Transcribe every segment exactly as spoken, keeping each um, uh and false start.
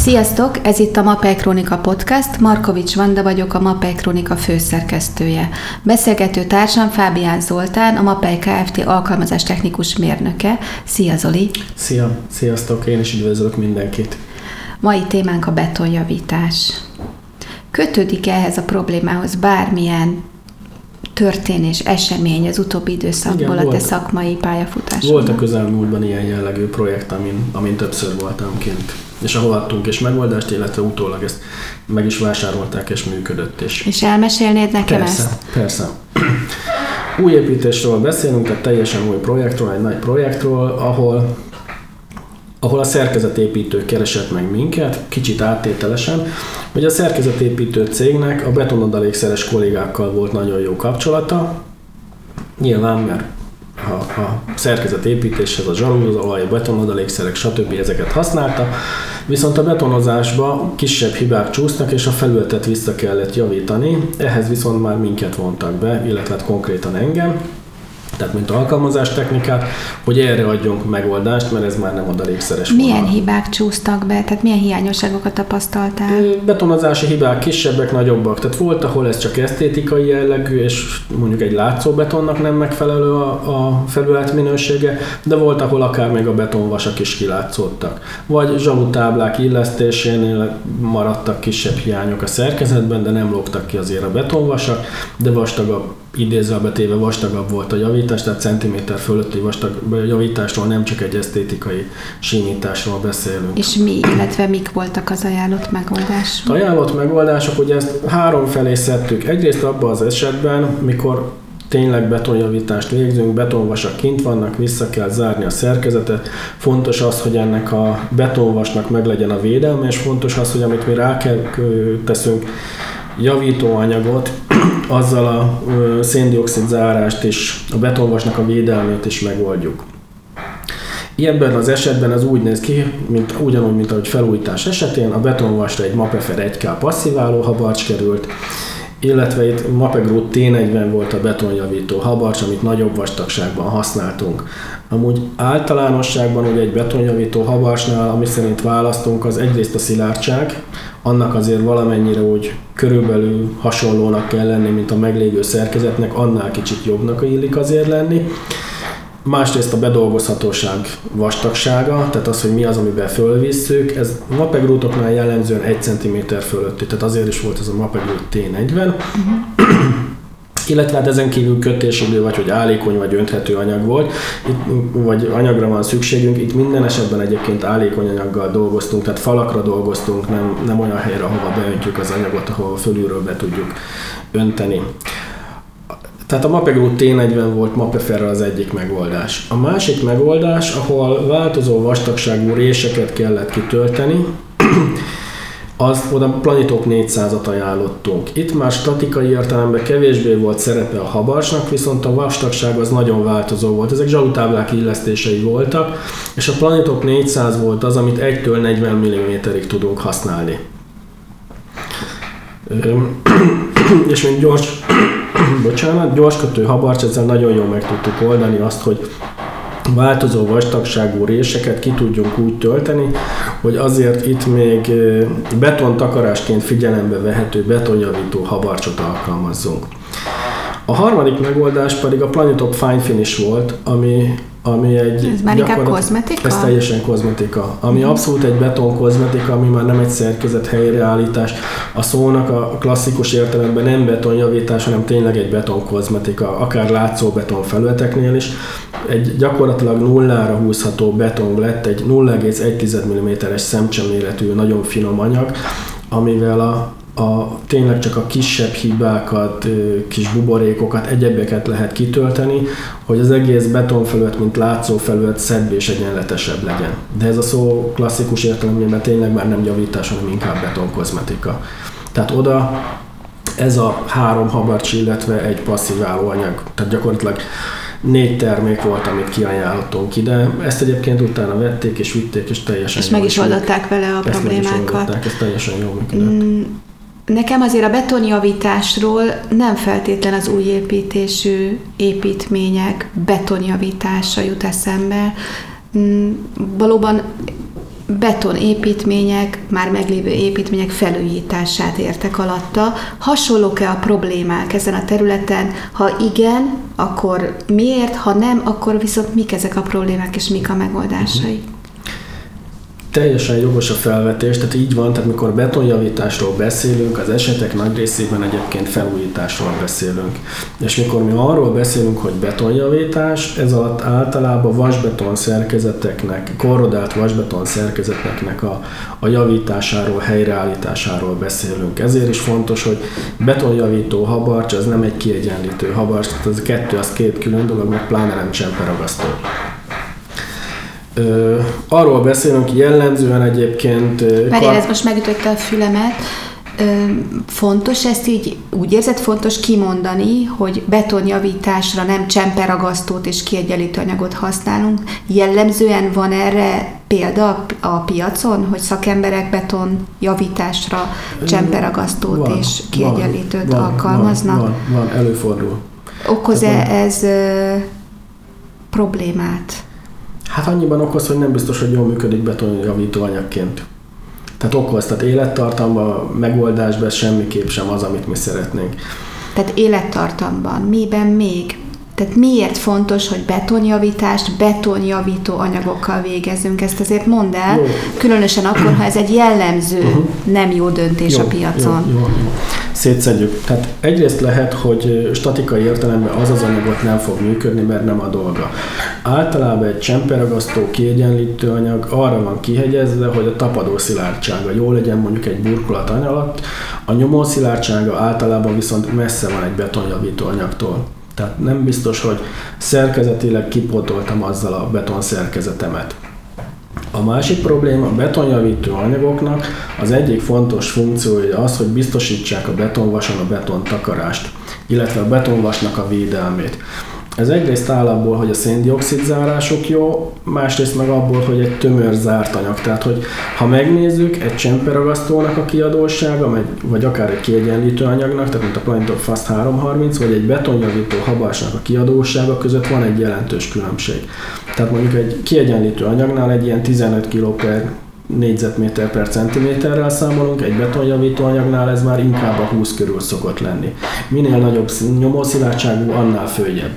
Sziasztok! Ez itt a Mapei Krónika Podcast. Markovics Vanda vagyok, a Mapei Krónika főszerkesztője. Beszélgető társam Fábián Zoltán, a Mapei Kft. Alkalmazástechnikus mérnöke. Szia Zoli! Szia! Sziasztok! Én is üdvözlök mindenkit! Mai témánk a betonjavítás. Kötődik ehhez a problémához bármilyen történés, esemény az utóbbi időszakból? Igen, a volt, te szakmai pályafutásban? Volt a közelmúltban ilyen jellegű projekt, amin, amin többször voltam kint, és ahol adtunk is megoldást, illetve utólag ezt meg is vásárolták, és működött is. És elmesélnéd nekem persze, ezt? Persze. Új építésről beszélünk, tehát teljesen új projektről, egy nagy projektről, ahol ahol a szerkezetépítő keresett meg minket, kicsit áttételesen, hogy a szerkezetépítő cégnek a betonadalékszeres kollégákkal volt nagyon jó kapcsolata. Nyilván, mert a, a szerkezetépítéshez a zsalúz, az olaj, a betonadalékszerek, stb. Ezeket használta, viszont a betonozásba kisebb hibák csúsznak, és a felületet vissza kellett javítani, ehhez viszont már minket vontak be, illetve konkrétan engem, tehát mint alkalmazástechnikát, hogy erre adjunk megoldást, mert ez már nem adalékszeres. Milyen vonal. hibák csúsztak be? Tehát milyen hiányosságokat tapasztaltál? Betonozási hibák kisebbek, nagyobbak. Tehát volt, ahol ez csak esztétikai jellegű, és mondjuk egy látszóbetonnak nem megfelelő a, a felület minősége, de volt, ahol akár még a betonvasak is kilátszódtak. Vagy zsalutáblák illesztésénél maradtak kisebb hiányok a szerkezetben, de nem lógtak ki azért a betonvasak, de vastagabb, idézőbe téve vastagabb volt a javítás, tehát centiméter fölötti vastag javításról, nem csak egy esztétikai simításról beszélünk. És mi, illetve mik voltak az ajánlott megoldások? A ajánlott megoldások, ugye ezt három felé szedtük. Egyrészt abban az esetben, mikor tényleg betonjavítást végzünk, betonvasak kint vannak, vissza kell zárni a szerkezetet. Fontos az, hogy ennek a betonvasnak meglegyen a védelme, és fontos az, hogy amit mi rá kell teszünk, javítóanyagot, azzal a széndioxid zárást és a betonvasnak a védelmét is megoldjuk. Ebben az esetben ez úgy néz ki, mint, ugyanúgy, mint ahogy felújítás esetén, a betonvasra egy Mapefer egy ká passziváló habarcs került, illetve itt Mapegroup té negyven volt a betonjavító habarcs, amit nagyobb vastagságban használtunk. Amúgy általánosságban ugye egy betonjavító habarcsnál, ami szerint választunk, az egyrészt a szilárdság, annak azért valamennyire úgy körülbelül hasonlónak kell lenni, mint a meglévő szerkezetnek, annál kicsit jobbnak illik azért lenni. Másrészt a bedolgozhatóság vastagsága, tehát az, hogy mi az, amiben fölvisszük, ez Mapegroupoknál jellemzően egy centiméter fölötti, tehát azért is volt ez a Mapegroup té negyven. Uh-huh. Illetve hát ezen kívül kötésidő, vagy hogy állékony, vagy önthető anyag volt, itt, vagy anyagra van szükségünk, itt minden esetben egyébként állékony anyaggal dolgoztunk, tehát falakra dolgoztunk, nem, nem olyan helyre, ahova beöntjük az anyagot, ahol fölülről be tudjuk önteni. Tehát a Mapegroup té negyven volt Mapeferrel az egyik megoldás. A másik megoldás, ahol változó vastagságú réseket kellett kitölteni, az oda Planitop négyszázat ajánlottunk. Itt már statikai értelemben kevésbé volt szerepe a habarcsnak, viszont a vastagság az nagyon változó volt. Ezek zsalutáblák illesztései voltak, és a Planitop négyszáz volt az, amit egytől negyven milliméterig tudunk használni. És mint gyors, bocsánat, gyorskötő habarcs, ezzel nagyon jól meg tudtuk oldani azt, hogy változó vastagságú réseket ki tudjunk úgy tölteni, hogy azért itt még betontakarásként figyelembe vehető betonjavító habarcsot alkalmazzunk. A harmadik megoldás pedig a Planitop Fine Finish volt, ami, ami egy... Ez már inkább kozmetika? Ez teljesen kozmetika. Ami mm. abszolút egy beton kozmetika, ami már nem egy szerkezet helyreállítás. A szónak a klasszikus értelemben nem betonjavítás, hanem tényleg egy beton kozmetika, akár látszó beton felületeknél is. Egy gyakorlatilag nullára húzható beton lett, egy nulla egész egy milliméteres szemcseméretű, nagyon finom anyag, amivel a A, tényleg csak a kisebb hibákat, kis buborékokat, egyebeket lehet kitölteni, hogy az egész betonfelület, mint látszófelület szebb és egyenletesebb legyen. De ez a szó klasszikus értelemben tényleg már nem javítás, hanem inkább betonkozmetika. Tehát oda ez a három habarcs, illetve egy passziváló anyag, tehát gyakorlatilag négy termék volt, amit kiajánlottunk ide. Ezt egyébként utána vették és vitték, és teljesen És meg is oldották vele a ezt problémákat. Meg is oldották, ez teljesen jól működött. Mm. Nekem azért a betonjavításról nem feltétlen az új építésű építmények betonjavítása jut eszembe. Valóban betonépítmények, már meglévő építmények felújítását értek alatta. Hasonlók-e a problémák ezen a területen? Ha igen, akkor miért? Ha nem, akkor viszont mik ezek a problémák, és mik a megoldásai? Uh-huh. Teljesen jogos a felvetés, tehát így van, tehát mikor betonjavításról beszélünk, az esetek nagy részében egyébként felújításról beszélünk. És mikor mi arról beszélünk, hogy betonjavítás, ez alatt általában vasbeton szerkezeteknek, korrodált vasbeton szerkezeteknek a, a javításáról, helyreállításáról beszélünk. Ezért is fontos, hogy betonjavító habarcs, az nem egy kiegyenlítő habarcs, tehát az kettő, az két külön dolog, meg pláne nem csemperagasztó. Ö, arról beszélünk jellemzően egyébként... Mert kar... ez most megütötte a fülemet. Ö, fontos ezt így, úgy érzed fontos kimondani, hogy betonjavításra nem csemperagasztót és kiegyenlítő anyagot használunk. Jellemzően van erre példa a piacon, hogy szakemberek betonjavításra csemperagasztót van, és kiegyenlítőt van, alkalmaznak? Van, van, van, előfordul. Okoz-e ez ö, problémát? Hát annyiban okoz, hogy nem biztos, hogy jól működik betonjavító anyagként. Tehát okoz, tehát élettartamban, megoldásban ez semmiképp sem az, amit mi szeretnénk. Tehát élettartamban, miben még? Tehát miért fontos, hogy betonjavítást betonjavító anyagokkal végezzünk? Ezt azért mondd el, jó. Különösen akkor, ha ez egy jellemző, uh-huh. nem jó döntés jó, a piacon. Jó, jó, jó. Szétszedjük. Tehát egyrészt lehet, hogy statikai értelemben az az anyagot nem fog működni, mert nem a dolga. Általában egy csemperagasztó, kiegyenlítő anyag arra van kihegyezve, hogy a tapadó szilárdsága jó legyen mondjuk egy burkolat alatt, a nyomó szilárdsága általában viszont messze van egy betonjavító anyagtól. Tehát nem biztos, hogy szerkezetileg kipótoltam azzal a beton szerkezetemet. A másik probléma a betonjavító anyagoknak az egyik fontos funkciója az, hogy biztosítsák a betonvason a betontakarást, illetve a betonvasnak a védelmét. Ez egyrészt áll abból, hogy a széndioxid zárások jó, másrészt meg abból, hogy egy tömör zárt anyag. Tehát, hogy ha megnézzük egy csemperagasztónak a kiadósága, vagy akár egy kiegyenlítő anyagnak, tehát mint a Planitop Fast háromszázharminc, vagy egy betonjavító habarsnak a kiadósága között van egy jelentős különbség. Tehát mondjuk egy kiegyenlítő anyagnál egy ilyen tizenöt kiló per négyzetméter per centiméterrel számolunk, egy betonjavító anyagnál ez már inkább a húsz körül szokott lenni. Minél nagyobb nyomószilárdságú, annál följebb.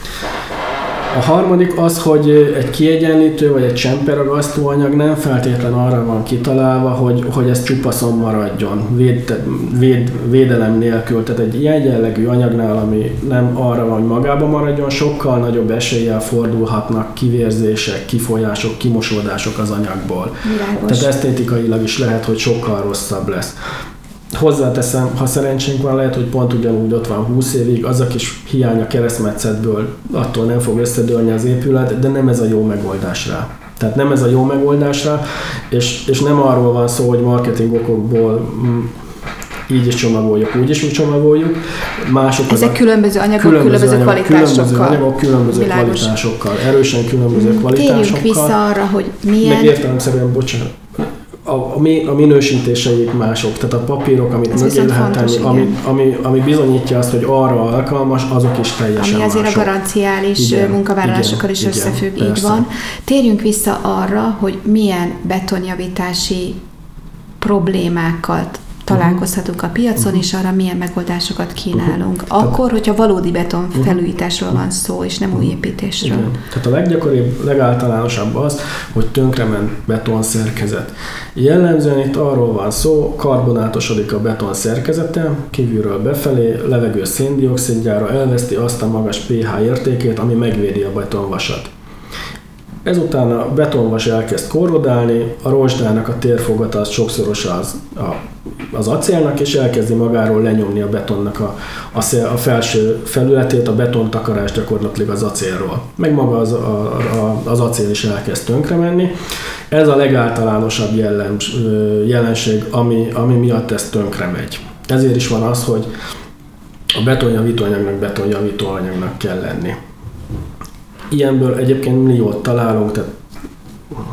A harmadik az, hogy egy kiegyenlítő vagy egy csemperagasztó anyag nem feltétlen arra van kitalálva, hogy, hogy ez csupaszon maradjon, véd, véd, védelem nélkül. Tehát egy ilyen jellegű anyagnál, ami nem arra van, hogy magába maradjon, sokkal nagyobb eséllyel fordulhatnak kivérzések, kifolyások, kimosódások az anyagból. Világos. Tehát esztétikailag is lehet, hogy sokkal rosszabb lesz. Hozzáteszem, ha szerencsénk van, lehet, hogy pont ugyanúgy ott van húsz évig, az a kis hiány a keresztmetszetből, attól nem fog összedőlni az épület, de nem ez a jó megoldás rá. Tehát nem ez a jó megoldás rá, és, és nem arról van szó, hogy marketing okokból mm, így is csomagoljuk, úgy is mi csomagoljuk. Mások Ezek a különböző anyagok, különböző, különböző anyagok, kvalitásokkal. Különböző anyagok, különböző Világos. kvalitásokkal, erősen különböző mm, kvalitásokkal. Térjünk vissza arra, hogy milyen... Meg értelemszerűen, bocsánat, A, a minősítéseik mások, tehát a papírok, amit Ez mögé lehet tenni, ami, ami, ami bizonyítja azt, hogy arra alkalmas, azok is teljesen Ami azért mások. A garanciális igen, munkavállalásokkal is igen, összefügg, igen, így van. Térjünk vissza arra, hogy milyen betonjavítási problémákkal találkozhatunk a piacon, uh-huh. és arra milyen megoldásokat kínálunk. Uh-huh. Akkor, hogyha valódi beton felújításról van szó, és nem új építésről. Igen. Tehát a leggyakoribb, legáltalánosabb az, hogy tönkrement betonszerkezet. Jellemzően itt arról van szó, karbonátosodik a beton szerkezete, kívülről befelé, levegő széndioxidjára elveszti azt a magas pH értékét, ami megvédi a betonvasat. Ezután a betonvas elkezd korrodálni, a rozsdának a térfogata az sokszoros az, a, az acélnak, és elkezdi magáról lenyomni a betonnak a, a, a felső felületét, a betontakarás gyakorlatilag az acélról. Meg maga az, a, a, az acél is elkezd tönkre menni. Ez a legáltalánosabb jellem, jelenség, ami, ami miatt ez tönkre megy. Ezért is van az, hogy a betonjavítóanyagnak betonjavítóanyagnak kell lenni. Ilyenből egyébként milliót találunk, tehát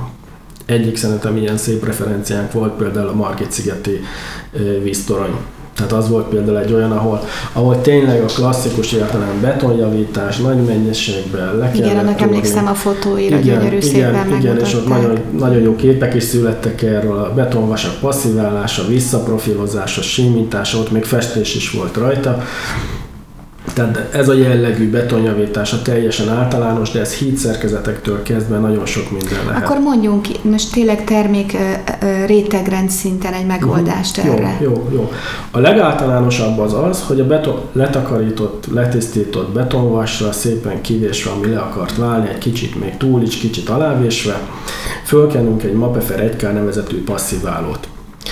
egyik szerintem ilyen szép referenciánk volt például a Margit-szigeti víztorony. Tehát az volt például egy olyan, ahol, ahol tényleg a klasszikus értelem betonjavítás, nagy mennyiségben le igen, annak emlékszem a fotóira, gyönyörű szépen megmutatták. Igen, és ott nagyon, nagyon jó képek is születtek erről, a betonvasak passziválása, visszaprofilozása, simítása, ott még festés is volt rajta. Tehát ez a jellegű betonjavítása teljesen általános, de ez hídszerkezetektől kezdve nagyon sok minden lehet. Akkor mondjunk most tényleg termék rétegrend szinten egy megoldást uh-huh. erre. Jó, jó, jó. A legáltalánosabb az az, hogy a beton, letakarított, letisztított betonvasra szépen kivésve, ami le akart válni, egy kicsit még túl is, kicsit alávésve, fölkenünk egy Mapefer egy ká nevezetű passziválót.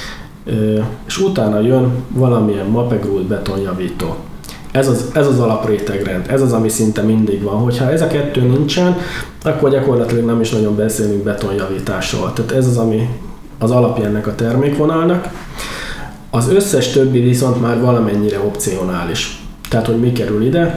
És utána jön valamilyen Mapegrult betonjavító. Ez az, ez az alaprétegrend, ez az, ami szinte mindig van. Hogyha ez a kettő nincsen, akkor gyakorlatilag nem is nagyon beszélünk betonjavításról. Tehát ez az, ami az alapja ennek a termékvonalnak. Az összes többi viszont már valamennyire opcionális. Tehát, hogy mi kerül ide.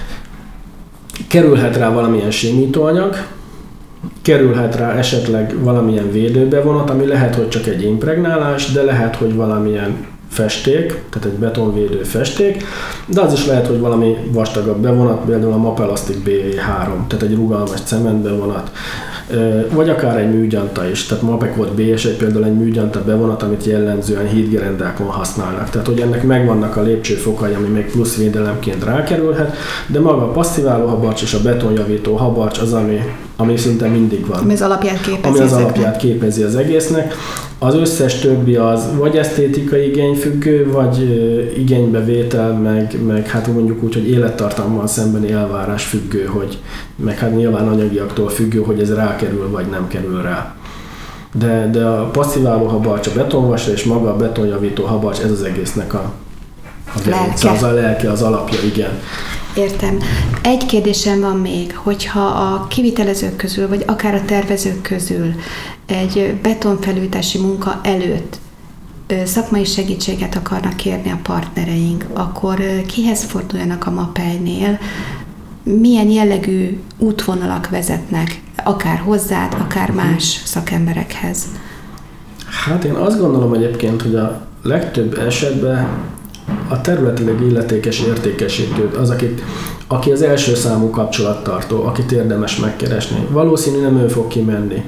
Kerülhet rá valamilyen simítóanyag, kerülhet rá esetleg valamilyen védőbevonat, ami lehet, hogy csak egy impregnálás, de lehet, hogy valamilyen festék, tehát egy betonvédő festék, de az is lehet, hogy valami vastagabb bevonat, például a Mapelastic bé vé három, tehát egy rugalmas cementbevonat, vagy akár egy műgyanta is, tehát Mapecode bé es egy például egy műgyanta bevonat, amit jellemzően hídgerendákon használnak. Tehát, hogy ennek megvannak a lépcsőfokai, ami még plusz védelemként rákerülhet, de maga a passziváló habarcs és a betonjavító habarcs az, ami, ami szinte mindig van. Ami az alapját képezi. Ami az alapját képezi az egésznek. Az összes többi az vagy esztétikai igényfüggő, vagy igénybevétel, meg, meg hát mondjuk úgy, hogy élettartammal szembeni elvárás függő, hogy, meg hát nyilván anyagiaktól függő, hogy ez rákerül, vagy nem kerül rá. De, de a passziváló habarcs, a betonvasra és maga a betonjavító habarcs, ez az egésznek a, a lelke. Az a lelke, az alapja, igen. Értem. Egy kérdésem van még, hogyha a kivitelezők közül, vagy akár a tervezők közül egy betonfelújítási munka előtt szakmai segítséget akarnak kérni a partnereink, akkor kihez forduljanak a Mapei-nél? Milyen jellegű útvonalak vezetnek, akár hozzád, akár más szakemberekhez? Hát én azt gondolom egyébként, hogy a legtöbb esetben a területileg illetékes értékesítő az, akit, aki az első számú kapcsolattartó, akit érdemes megkeresni. Valószínű nem ő fog kimenni,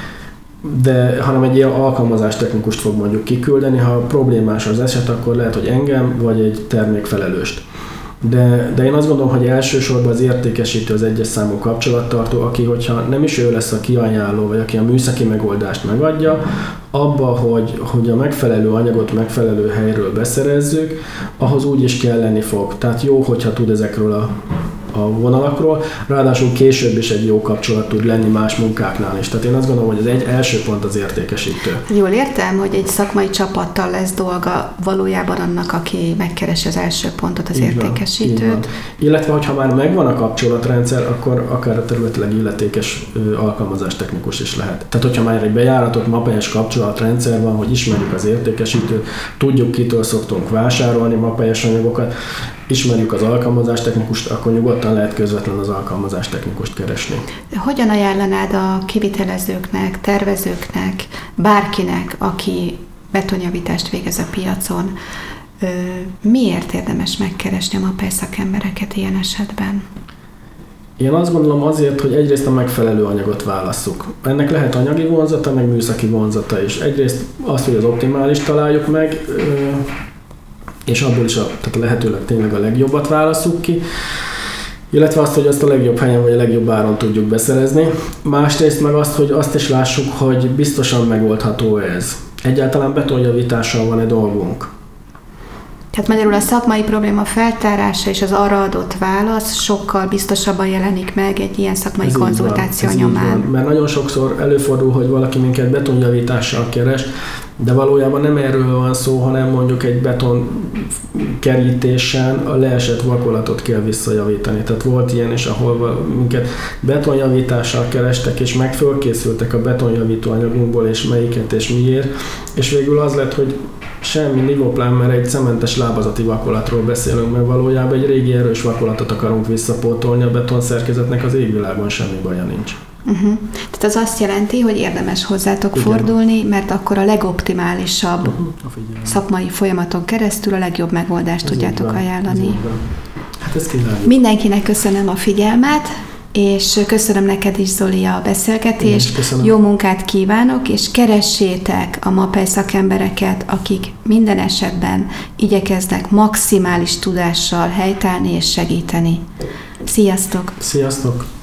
de, hanem egy ilyen alkalmazástechnikust fog mondjuk kiküldeni. Ha problémás az eset, akkor lehet, hogy engem, vagy egy termékfelelőst. De, de én azt gondolom, hogy elsősorban az értékesítő az egyes számú kapcsolattartó, aki, hogyha nem is ő lesz a kiajánló, vagy aki a műszaki megoldást megadja, abba, hogy, hogy a megfelelő anyagot megfelelő helyről beszerezzük, ahhoz úgy is kelleni fog. Tehát jó, hogyha tud ezekről a, a vonalakról, ráadásul később is egy jó kapcsolat tud lenni más munkáknál is. Tehát én azt gondolom, hogy az egy első pont az értékesítő. Jól értem, hogy egy szakmai csapattal lesz dolga valójában annak, aki megkeresi az első pontot, az így értékesítőt. Van, illetve, hogyha már megvan a kapcsolatrendszer, akkor akár a területileg illetékes alkalmazástechnikus is lehet. Tehát, hogyha már egy bejáratott mapelyes kapcsolatrendszer van, hogy ismerjük az értékesítőt, tudjuk, kitől szoktunk vásárolni mapelyes anyagokat, ismerjük az alkalmazástechnikust, akkor nyugodtan lehet közvetlen az alkalmazástechnikust keresni. Hogyan ajánlanád a kivitelezőknek, tervezőknek, bárkinek, aki betonjavítást végez a piacon, miért érdemes megkeresni a Mapei szakembereket ilyen esetben? Én azt gondolom azért, hogy egyrészt a megfelelő anyagot válasszuk. Ennek lehet anyagi vonzata, meg műszaki vonzata is. Egyrészt azt, hogy az optimális találjuk meg, és abból is a, tehát lehetőleg tényleg a legjobbat válasszuk ki, illetve azt, hogy azt a legjobb helyen vagy a legjobb áron tudjuk beszerezni. Másrészt meg azt, hogy azt is lássuk, hogy biztosan megoldható ez. Egyáltalán betonjavítással van-e dolgunk. Tehát magyarul a szakmai probléma feltárása és az arra adott válasz sokkal biztosabban jelenik meg egy ilyen szakmai ez konzultáció van, nyomán. Mert nagyon sokszor előfordul, hogy valaki minket betonjavítással keres, de valójában nem erről van szó, hanem mondjuk egy beton kerítésen a leesett vakolatot kell visszajavítani. Tehát volt ilyen is, ahol minket betonjavítással kerestek, és meg fölkészültek a betonjavító anyagunkból, és melyiket és miért, és végül az lett, hogy semmi nivoplán, mert egy cementes lábazati vakolatról beszélünk, mert valójában egy régi erős vakolatot akarunk visszapótolni, a betonszerkezetnek az égvilágon semmi baja nincs. Uh-huh. Tehát az azt jelenti, hogy érdemes hozzátok Igen. fordulni, mert akkor a legoptimálisabb Uh-huh. szakmai folyamaton keresztül a legjobb megoldást Ez tudjátok így van, ajánlani. ez így van. Hát ezt kívánjuk. Mindenkinek köszönöm a figyelmet, és köszönöm neked is, Zoli, a beszélgetést. Jó munkát kívánok, és keressétek a MAPEI szakembereket, akik minden esetben igyekeznek maximális tudással helytállni és segíteni. Sziasztok! Sziasztok!